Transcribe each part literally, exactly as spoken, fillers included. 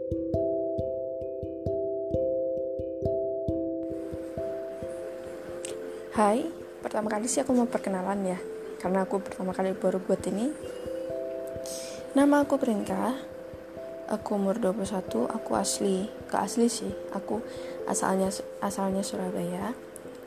Hai, pertama kali sih aku mau perkenalan ya, karena aku pertama kali baru buat ini. Nama aku Prinka, aku umur dua puluh satu, aku asli, ke asli sih, aku asalnya asalnya Surabaya.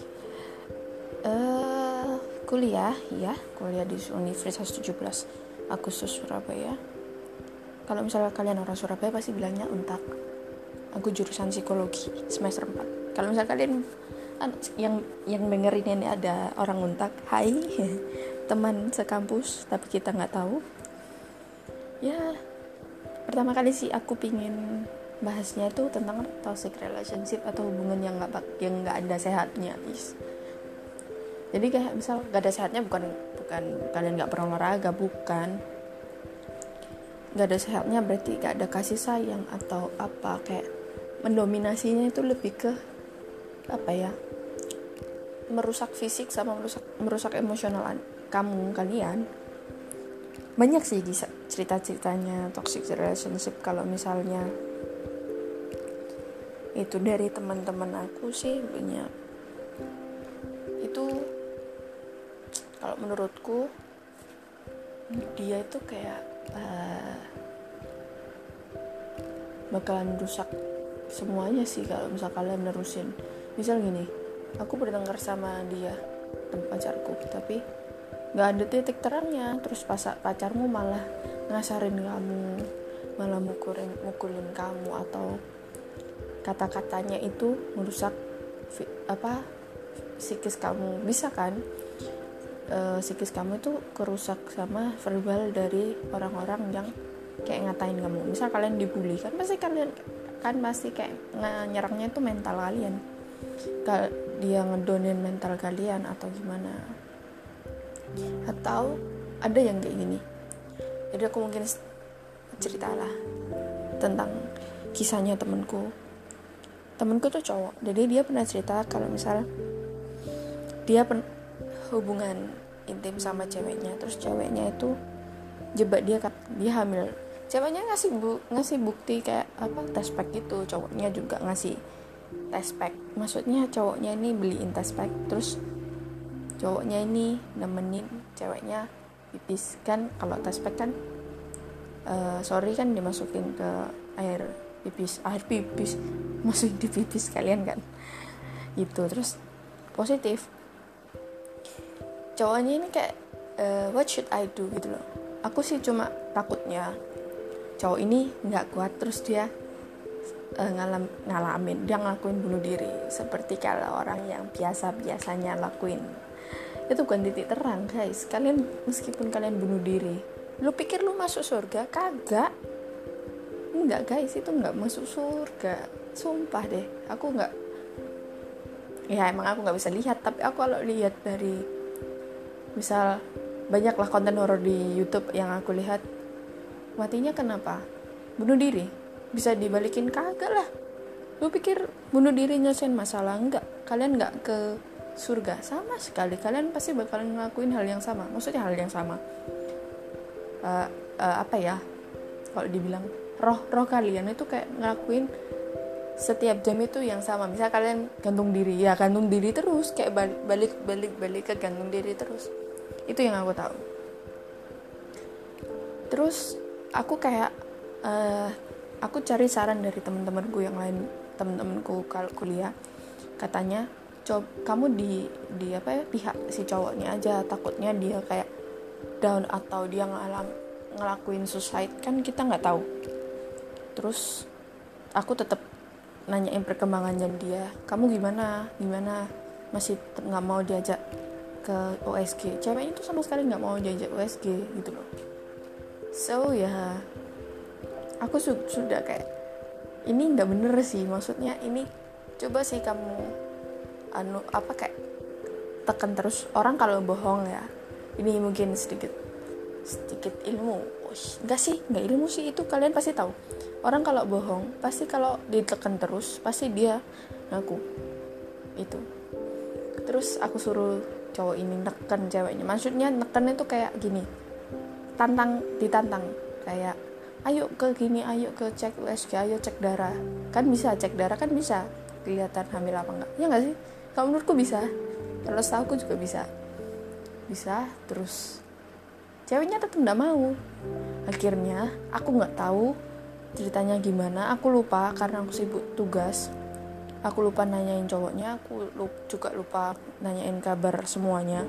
Uh, kuliah, ya, kuliah di Universitas tujuh belas Agustus Surabaya. Kalau misalnya kalian orang Surabaya pasti bilangnya Untak. Aku jurusan psikologi semester empat. Kalau misalnya kalian yang yang dengerin ini ada orang Untak, hai, teman sekampus tapi kita nggak tahu ya. Pertama kali sih aku pingin bahasnya itu tentang toxic relationship atau hubungan yang nggak yang nggak ada sehatnya, is. Jadi kayak misal nggak ada sehatnya bukan bukan kalian nggak pernah olahraga, bukan. Nggak ada sehatnya berarti nggak ada kasih sayang atau apa, kayak mendominasinya itu lebih ke apa ya, merusak fisik sama merusak merusak emosional kamu kalian. Banyak sih cerita-ceritanya toxic relationship. Kalau misalnya itu dari teman-teman aku sih banyak. Itu kalau menurutku dia itu kayak uh, bakalan rusak semuanya sih kalau misal kalian nerusin. Misal gini, aku bertengkar sama dia, teman pacarku, tapi nggak ada titik terangnya. Terus pas pacarmu malah ngasarin kamu, malah mukulin mukulin kamu, atau kata-katanya itu merusak apa psikis kamu. Bisa kan e, psikis kamu itu kerusak sama verbal dari orang-orang yang kayak ngatain kamu. Misal kalian dibully, kan pasti kalian kan pasti kayak nyerangnya itu mental kalian. Kalau dia ngedonin mental kalian atau gimana. Atau ada yang kayak gini. Jadi aku mungkin cerita lah tentang kisahnya temanku. Temanku tuh cowok. Jadi dia pernah cerita kalau misal dia pen- hubungan intim sama ceweknya, terus ceweknya itu jebak dia, dia hamil. Ceweknya ngasih bu- ngasih bukti kayak apa, test pack gitu. Cowoknya juga ngasih test pack. Maksudnya cowoknya ini beliin test pack, terus cowoknya ini nemenin ceweknya pipis. Kan kalau test pack kan uh, sorry kan dimasukin ke air pipis, air pipis masukin di pipis kalian kan gitu. Terus positif. Cowoknya ini kayak uh, what should I do gitu loh. Aku sih cuma takutnya cowok ini nggak kuat, terus dia uh, ngalam, ngalamin dia ngelakuin bunuh diri seperti kalau orang yang biasa-biasanya lakuin. Itu bukan titik terang, guys. Kalian meskipun kalian bunuh diri, lu pikir lu masuk surga? Kagak. Enggak, guys, itu enggak masuk surga. Sumpah deh, aku enggak. Ya emang aku enggak bisa lihat, tapi aku kalau lihat dari misal banyaklah konten horor di YouTube yang aku lihat, matinya kenapa? Bunuh diri. Bisa dibalikin? Kagak lah. Lu pikir bunuh diri nyelesain masalah? Enggak. Kalian enggak ke surga sama sekali. Kalian pasti bakalan ngelakuin hal yang sama. Maksudnya hal yang sama uh, uh, apa ya, kalau dibilang roh roh kalian itu kayak ngelakuin setiap jam itu yang sama. Misal kalian gantung diri, ya gantung diri terus, kayak balik balik balik balik ke gantung diri terus. Itu yang aku tahu. Terus aku kayak uh, aku cari saran dari teman-temanku yang lain, teman-temanku kalau kuliah. Katanya coba kamu di di apa ya, pihak si cowoknya aja, takutnya dia kayak down atau dia ngalam ngelakuin suicide, kan kita nggak tahu. Terus aku tetap nanyain perkembangannya dia, kamu gimana gimana masih nggak mau diajak ke O S G. Ceweknya itu sama sekali nggak mau diajak O S G gitu loh. So ya aku su- sudah kayak ini nggak bener sih. Maksudnya ini coba sih kamu anu apa kayak tekan terus. Orang kalau bohong ya, ini mungkin sedikit sedikit ilmu. Ush, enggak sih, enggak ilmu sih, itu kalian pasti tahu. Orang kalau bohong pasti kalau ditekan terus pasti dia ngaku itu. Terus aku suruh cowok ini neken ceweknya. Maksudnya neken itu kayak gini, tantang, ditantang, kayak ayo ke gini, ayo ke cek U S G, ayo cek darah. Kan bisa cek darah, kan bisa kelihatan hamil apa enggak, ya nggak sih? Kalau menurutku bisa, kalau setahu aku juga bisa bisa terus ceweknya tetap nggak mau. Akhirnya aku nggak tahu ceritanya gimana, aku lupa karena aku sibuk tugas, aku lupa nanyain cowoknya, aku juga lupa nanyain kabar semuanya.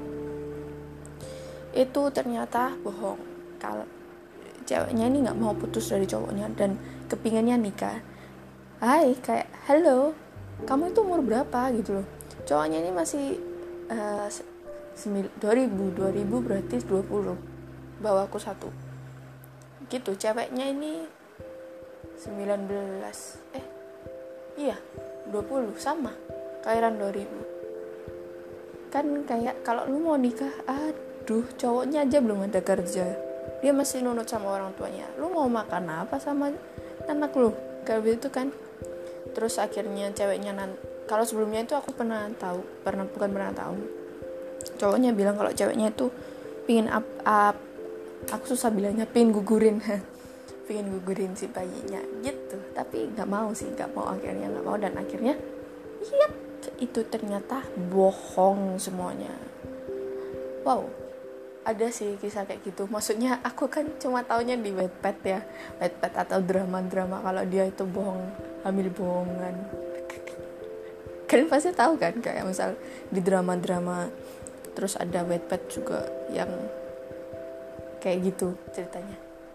Itu ternyata bohong, kalau ceweknya ini nggak mau putus dari cowoknya dan kepinginnya nikah. Hai, kayak halo, kamu itu umur berapa gitu loh. Cowoknya ini masih uh, dua ribu dua ribu berarti dua puluh, bawaku satu gitu. Ceweknya ini sembilan belas, eh iya dua puluh, sama kelahiran dua ribu. Kan kayak kalau lu mau nikah, aduh, cowoknya aja belum ada kerja, dia masih nunut sama orang tuanya, lu mau makan apa sama anak lu, kayak gitu kan. Terus akhirnya ceweknya nan- kalau sebelumnya itu aku pernah tahu, pernah bukan pernah tahu, cowoknya bilang kalau ceweknya itu pingin up, up aku susah bilangnya, pingin gugurin pingin gugurin si bayinya gitu. Tapi nggak mau sih, nggak mau, akhirnya nggak mau. Dan akhirnya yep, itu ternyata bohong semuanya. Wow, ada sih kisah kayak gitu. Maksudnya aku kan cuma taunya di Wattpad ya, Wattpad atau drama-drama kalau dia itu bohong, hamil bohongan. Kalian pasti tahu kan, kayak misal di drama-drama. Terus ada Wattpad juga yang kayak gitu ceritanya.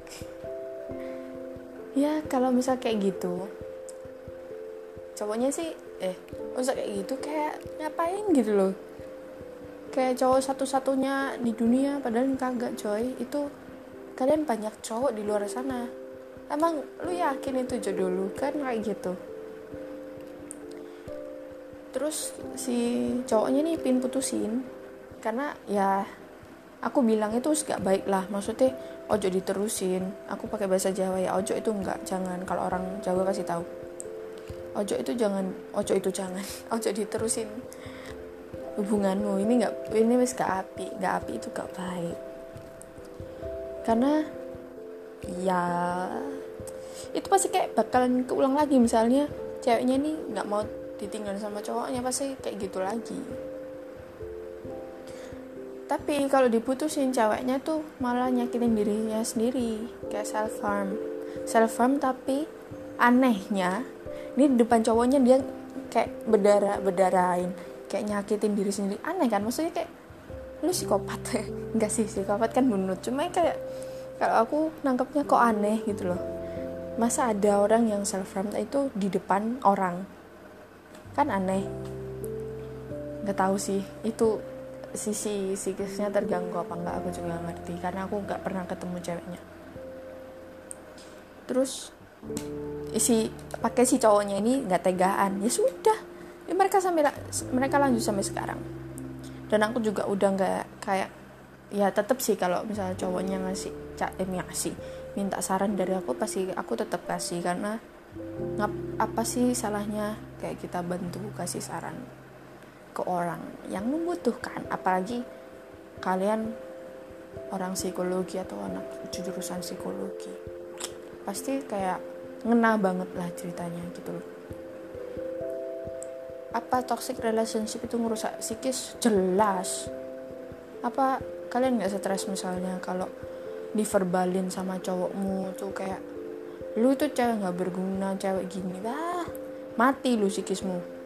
Ya kalau misal kayak gitu, cowoknya sih eh misal kayak gitu kayak ngapain gitu loh, kayak cowok satu-satunya di dunia, padahal kagak coy. Itu kalian banyak cowok di luar sana, emang lu yakin itu jodoh lu kan, kayak gitu. Terus si cowoknya nih pin putusin karena ya aku bilang itu gak baik lah, maksudnya ojo diterusin. Aku pakai bahasa Jawa ya, ojo itu enggak, jangan. Kalau orang Jawa kasih tahu, ojo itu jangan, ojo itu jangan, ojo diterusin hubunganmu. Ini nggak, ini wis gak api, gak api itu gak baik. Karena ya itu pasti kayak bakalan keulang lagi. Misalnya ceweknya nih nggak mau ditinggal sama cowoknya, pasti kayak gitu lagi. Tapi kalau diputusin, ceweknya tuh malah nyakitin dirinya sendiri, kayak self harm, self harm. Tapi anehnya, ini di depan cowoknya dia kayak berdarah berdarahin, kayak nyakitin diri sendiri. Aneh kan, maksudnya kayak lu psikopat. Enggak sih, psikopat kan bunuh, cuma kayak kalau aku nangkepnya kok aneh gitu loh. Masa ada orang yang self harm itu di depan orang, kan aneh. Nggak tahu sih itu sisi psikisnya terganggu apa enggak, aku juga gak ngerti karena aku nggak pernah ketemu ceweknya. Terus isi pakai si cowoknya ini nggak tegaan, ya sudah, ya mereka sampai mereka lanjut sampai sekarang. Dan aku juga udah nggak kayak, ya tetap sih kalau misalnya cowoknya ngasih cak eh, ngasih minta saran dari aku, pasti aku tetap kasih, karena ngap, apa sih salahnya kayak kita bantu kasih saran ke orang yang membutuhkan. Apalagi kalian orang psikologi atau anak jurusan psikologi, pasti kayak ngena banget lah ceritanya gitu loh. Apa toxic relationship itu ngerusak psikis? Jelas. Apa kalian gak stres misalnya kalau diverbalin sama cowokmu tuh kayak, lu itu cewek gak berguna, cewek gini, wah mati lu psikismu.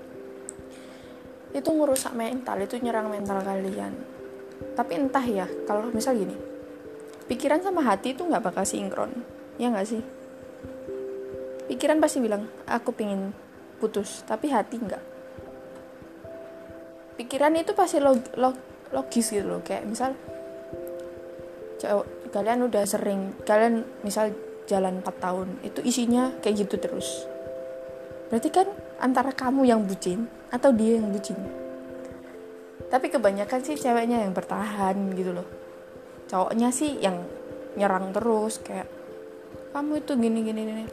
Itu ngerusak mental, itu nyerang mental kalian. Tapi entah ya, kalau misal gini, pikiran sama hati itu gak bakal sinkron, ya gak sih? Pikiran pasti bilang, aku pengen putus, tapi hati enggak. Pikiran itu pasti log, log, logis gitu loh. Kayak misal cowok, kalian udah sering, kalian misal jalan empat tahun, itu isinya kayak gitu terus. Berarti kan antara kamu yang bucin atau dia yang bucin. Tapi kebanyakan sih ceweknya yang bertahan gitu loh. Cowoknya sih yang nyerang terus, kayak kamu itu gini gini gini.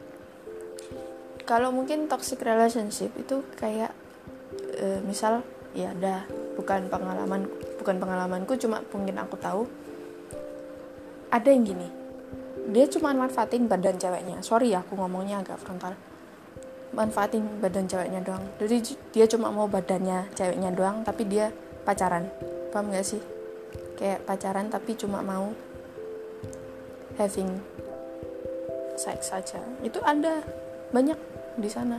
Kalau mungkin toxic relationship itu kayak e, misal ya dah, bukan pengalaman bukan pengalamanku, cuma mungkin aku tahu ada yang gini. dia cuma manfaatin badan ceweknya. Sorry ya, aku ngomongnya agak frontal. Manfaatin badan ceweknya doang. Jadi dia cuma mau badannya ceweknya doang, tapi dia pacaran. Paham gak sih? Kayak pacaran tapi cuma mau having sex saja. Itu ada banyak di sana.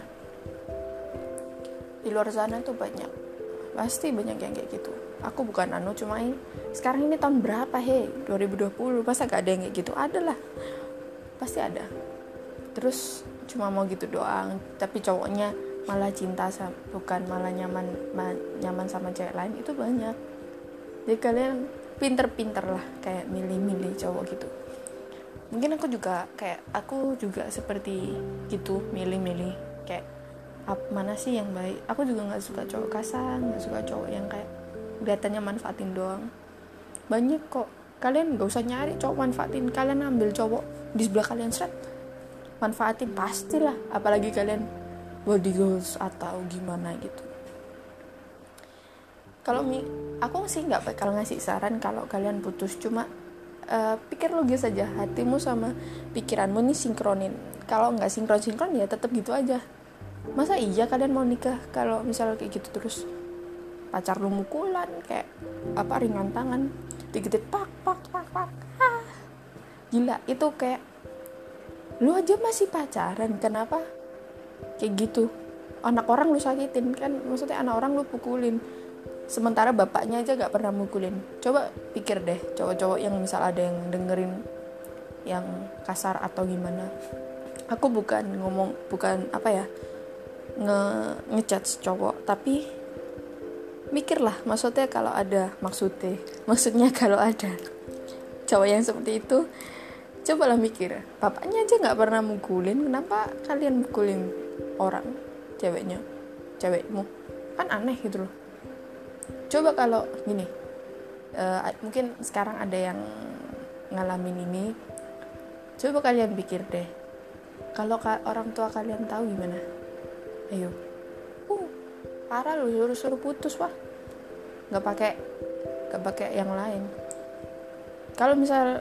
Di luar sana tuh banyak. Pasti banyak yang kayak gitu. Aku bukan anu, cuma ini sekarang ini tahun berapa he? dua ribu dua puluh. Masa gak ada yang kayak gitu? Ada lah. Pasti ada. Terus cuma mau gitu doang, tapi cowoknya malah cinta sama, bukan malah nyaman ma, nyaman sama cewek lain, itu banyak. Jadi kalian pinter-pinter lah kayak milih-milih cowok gitu. Mungkin aku juga kayak aku juga seperti gitu, milih-milih kayak apa mana sih yang baik. Aku juga nggak suka cowok kasar, nggak suka cowok yang kayak kelihatannya manfaatin doang. Banyak kok, kalian nggak usah nyari cowok manfaatin, kalian ambil cowok di sebelah kalian seret manfaatin pastilah, apalagi kalian body goals atau gimana gitu. Kalau mi aku sih nggak bakal ngasih saran kalau kalian putus, cuma uh, pikir logis aja, hatimu sama pikiranmu ini sinkronin. Kalau nggak sinkron sinkron ya tetap gitu aja. Masa iya kalian mau nikah kalau misalnya kayak gitu terus? Pacar lu mukulan kayak apa, ringan tangan dikit pak pak pak pak, ah, gila itu kayak lu aja masih pacaran, kenapa kayak gitu? Anak orang lu sakitin kan, maksudnya anak orang lu pukulin, sementara bapaknya aja gak pernah mukulin. Coba pikir deh, cowok-cowok yang misal ada yang dengerin yang kasar atau gimana. Aku bukan ngomong, bukan apa ya, nge ngejudge cowok, tapi mikirlah, maksudnya kalau ada maksudnya, maksudnya kalau ada cowok yang seperti itu, cobalah mikir, bapaknya aja nggak pernah mukulin, kenapa kalian mukulin orang, ceweknya, cewekmu, kan aneh gitu loh. Coba kalau gini, uh, mungkin sekarang ada yang ngalamin ini, coba kalian pikir deh, kalau ka- orang tua kalian tahu gimana? Ayo, uh, parah loh, suruh-suruh putus wah, nggak pakai, nggak pakai yang lain. Kalau misal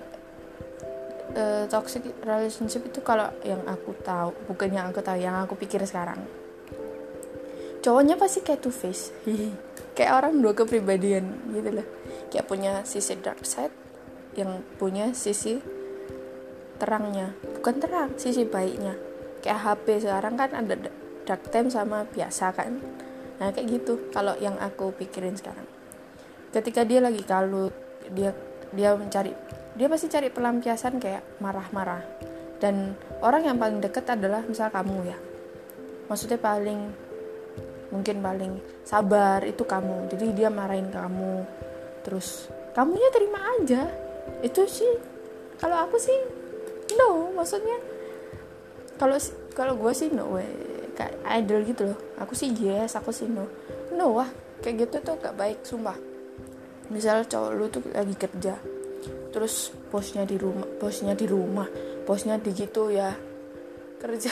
Uh, toxic relationship itu kalau yang aku tahu, bukan yang aku tahu, yang aku pikir sekarang, cowoknya pasti kayak two face, kayak orang dua kepribadian gitu loh, kayak punya sisi dark side, yang punya sisi terangnya, bukan terang, sisi baiknya. Kayak H P sekarang kan ada dark time sama biasa kan, nah kayak gitu. Kalau yang aku pikirin sekarang, ketika dia lagi kalut, dia dia mencari dia pasti cari pelampiasan kayak marah-marah, dan orang yang paling dekat adalah misal kamu ya, maksudnya paling mungkin paling sabar itu kamu, jadi dia marahin kamu terus kamunya terima aja. Itu sih kalau aku sih no, maksudnya kalau kalau gue sih no way, kayak idol gitu loh. Aku sih yes, aku sih no no wah, kayak gitu tuh gak baik sumpah. Misal cowok lu tuh lagi kerja, terus bosnya di rumah, bosnya di rumah, bosnya di gitu ya kerja,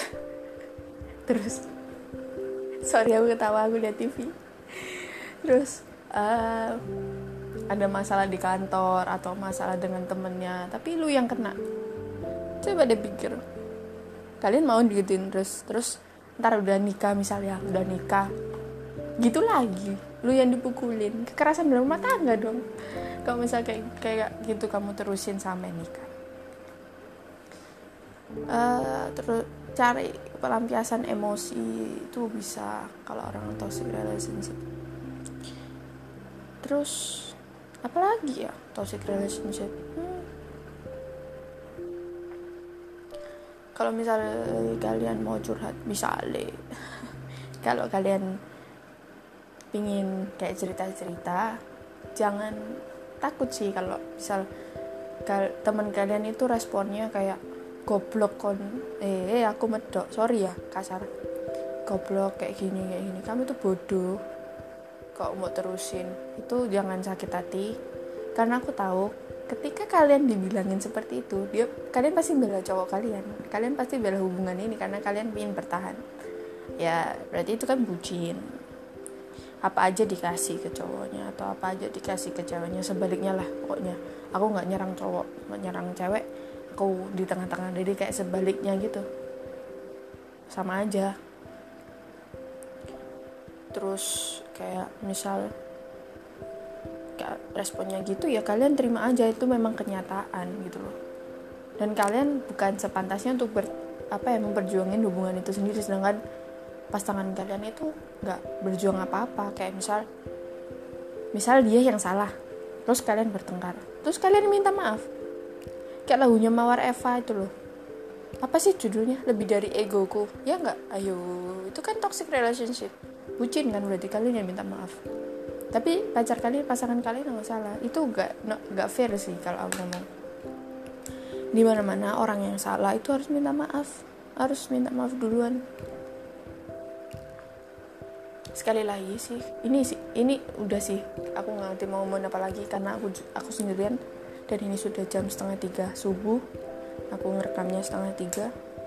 terus sorry aku ketawa, aku lihat T V, terus uh, ada masalah di kantor atau masalah dengan temennya, tapi lu yang kena. Coba deh pikir, kalian mau digituin terus, terus ntar udah nikah misalnya, udah nikah gitu lagi, lu yang dipukulin, kekerasan dalam rumah tangga dong. Kalau misalnya kayak kayak gitu kamu terusin sampai nikah. Uh, terus cari pelampiasan emosi itu bisa kalau orang toxic relationship. Terus apalagi ya toxic relationship? Hmm. Kalau misalnya kalian mau curhat, misalnya kalau kalian pingin kayak cerita-cerita, jangan takut sih kalau misal kal- teman kalian itu responnya kayak goblok kon eh, eh aku medok, sorry ya kasar, goblok kayak gini kayak gini, kamu tuh bodoh kok mau terusin. Itu jangan sakit hati, karena aku tahu ketika kalian dibilangin seperti itu, dia kalian pasti bela cowok kalian, kalian pasti bela hubungan ini karena kalian ingin bertahan. Ya berarti itu kan bucin, apa aja dikasih ke cowoknya atau apa aja dikasih ke ceweknya, sebaliknya lah pokoknya. Aku nggak nyerang cowok, nggak nyerang cewek, aku di tengah-tengah. Jadi kayak sebaliknya gitu, sama aja. Terus kayak misal kayak responnya gitu, ya kalian terima aja, itu memang kenyataan gitu loh. Dan kalian bukan sepantasnya untuk ber, apa ya memperjuangin hubungan itu sendiri, sedangkan pasangan kalian itu nggak berjuang apa-apa. Kayak misal misal dia yang salah, terus kalian bertengkar, terus kalian minta maaf, kayak lagunya Mawar Eva itu loh, apa sih judulnya, lebih dari egoku, ya nggak? Ayo, itu kan toxic relationship, bucin kan, berarti kalian yang minta maaf. Tapi pacar kalian, pasangan kalian nggak salah, itu nggak nggak fair sih kalau aku ngomong. Di mana-mana orang yang salah itu harus minta maaf, harus minta maaf duluan. Sekali lagi sih, ini sih, ini udah sih, aku nggak ngerti mau ngomong apa lagi karena aku aku sendirian dan ini sudah jam setengah tiga subuh, aku ngerekamnya setengah tiga.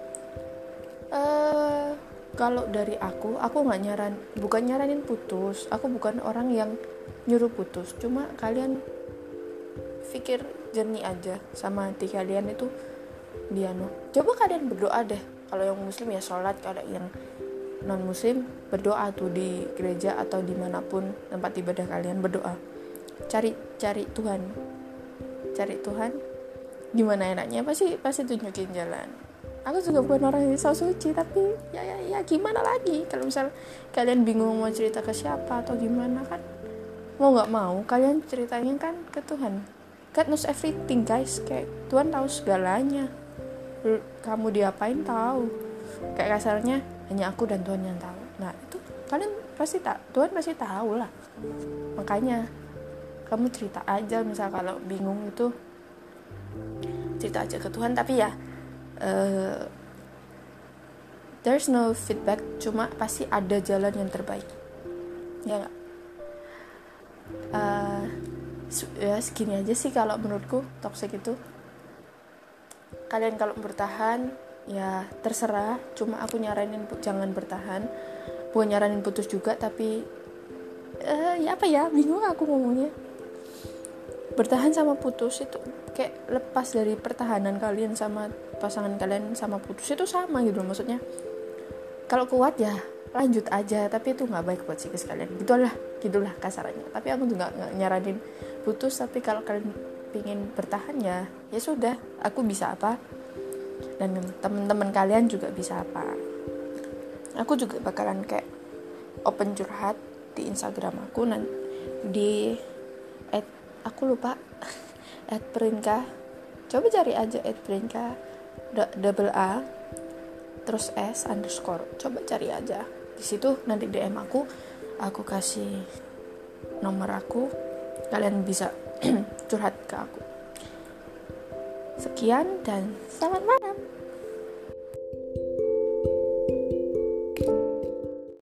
Uh, kalau dari aku, aku nggak nyaran, bukan nyaranin putus, aku bukan orang yang nyuruh putus, cuma kalian pikir jernih aja sama hati kalian itu dia no. Coba kalian berdoa deh, kalau yang muslim ya sholat, kalau yang non muslim berdoa tuh di gereja atau dimanapun tempat ibadah kalian, berdoa, cari cari Tuhan, cari Tuhan gimana enaknya, pasti pasti tunjukin jalan. Aku juga bukan orang yang so suci, tapi ya ya ya gimana lagi kalau misal kalian bingung mau cerita ke siapa atau gimana, kan mau nggak mau kalian ceritanya kan ke Tuhan. God knows everything guys, kayak Tuhan tahu segalanya, kamu diapain tahu, kayak kasarnya hanya aku dan Tuhan yang tahu. Nah itu kalian pasti tak, Tuhan pasti tahu lah. Makanya kamu cerita aja, misal kalau bingung itu cerita aja ke Tuhan. Tapi ya uh, there's no feedback, cuma pasti ada jalan yang terbaik, ya nggak? Uh, ya segini aja sih kalau menurutku toxic itu. Kalian kalau bertahan ya terserah, cuma aku nyaranin jangan bertahan, bukan nyaranin putus juga, tapi uh, ya apa ya, bingung aku ngomongnya. Bertahan sama putus itu kayak lepas dari pertahanan kalian sama pasangan kalian, sama putus itu sama gitu loh. Maksudnya kalau kuat ya lanjut aja, tapi itu nggak baik buat psikis kalian, gitulah gitulah kasarannya. Tapi aku juga nggak nyaranin putus, tapi kalau kalian pingin bertahan ya ya sudah, aku bisa apa dan teman-teman kalian juga bisa apa. Aku juga bakalan kayak open curhat di Instagram aku, nanti di at, aku lupa at Prinka, coba cari aja at Prinka double A terus S underscore, coba cari aja di situ, nanti D M aku, aku kasih nomor aku, kalian bisa curhat ke aku. Sekian dan selamat malam.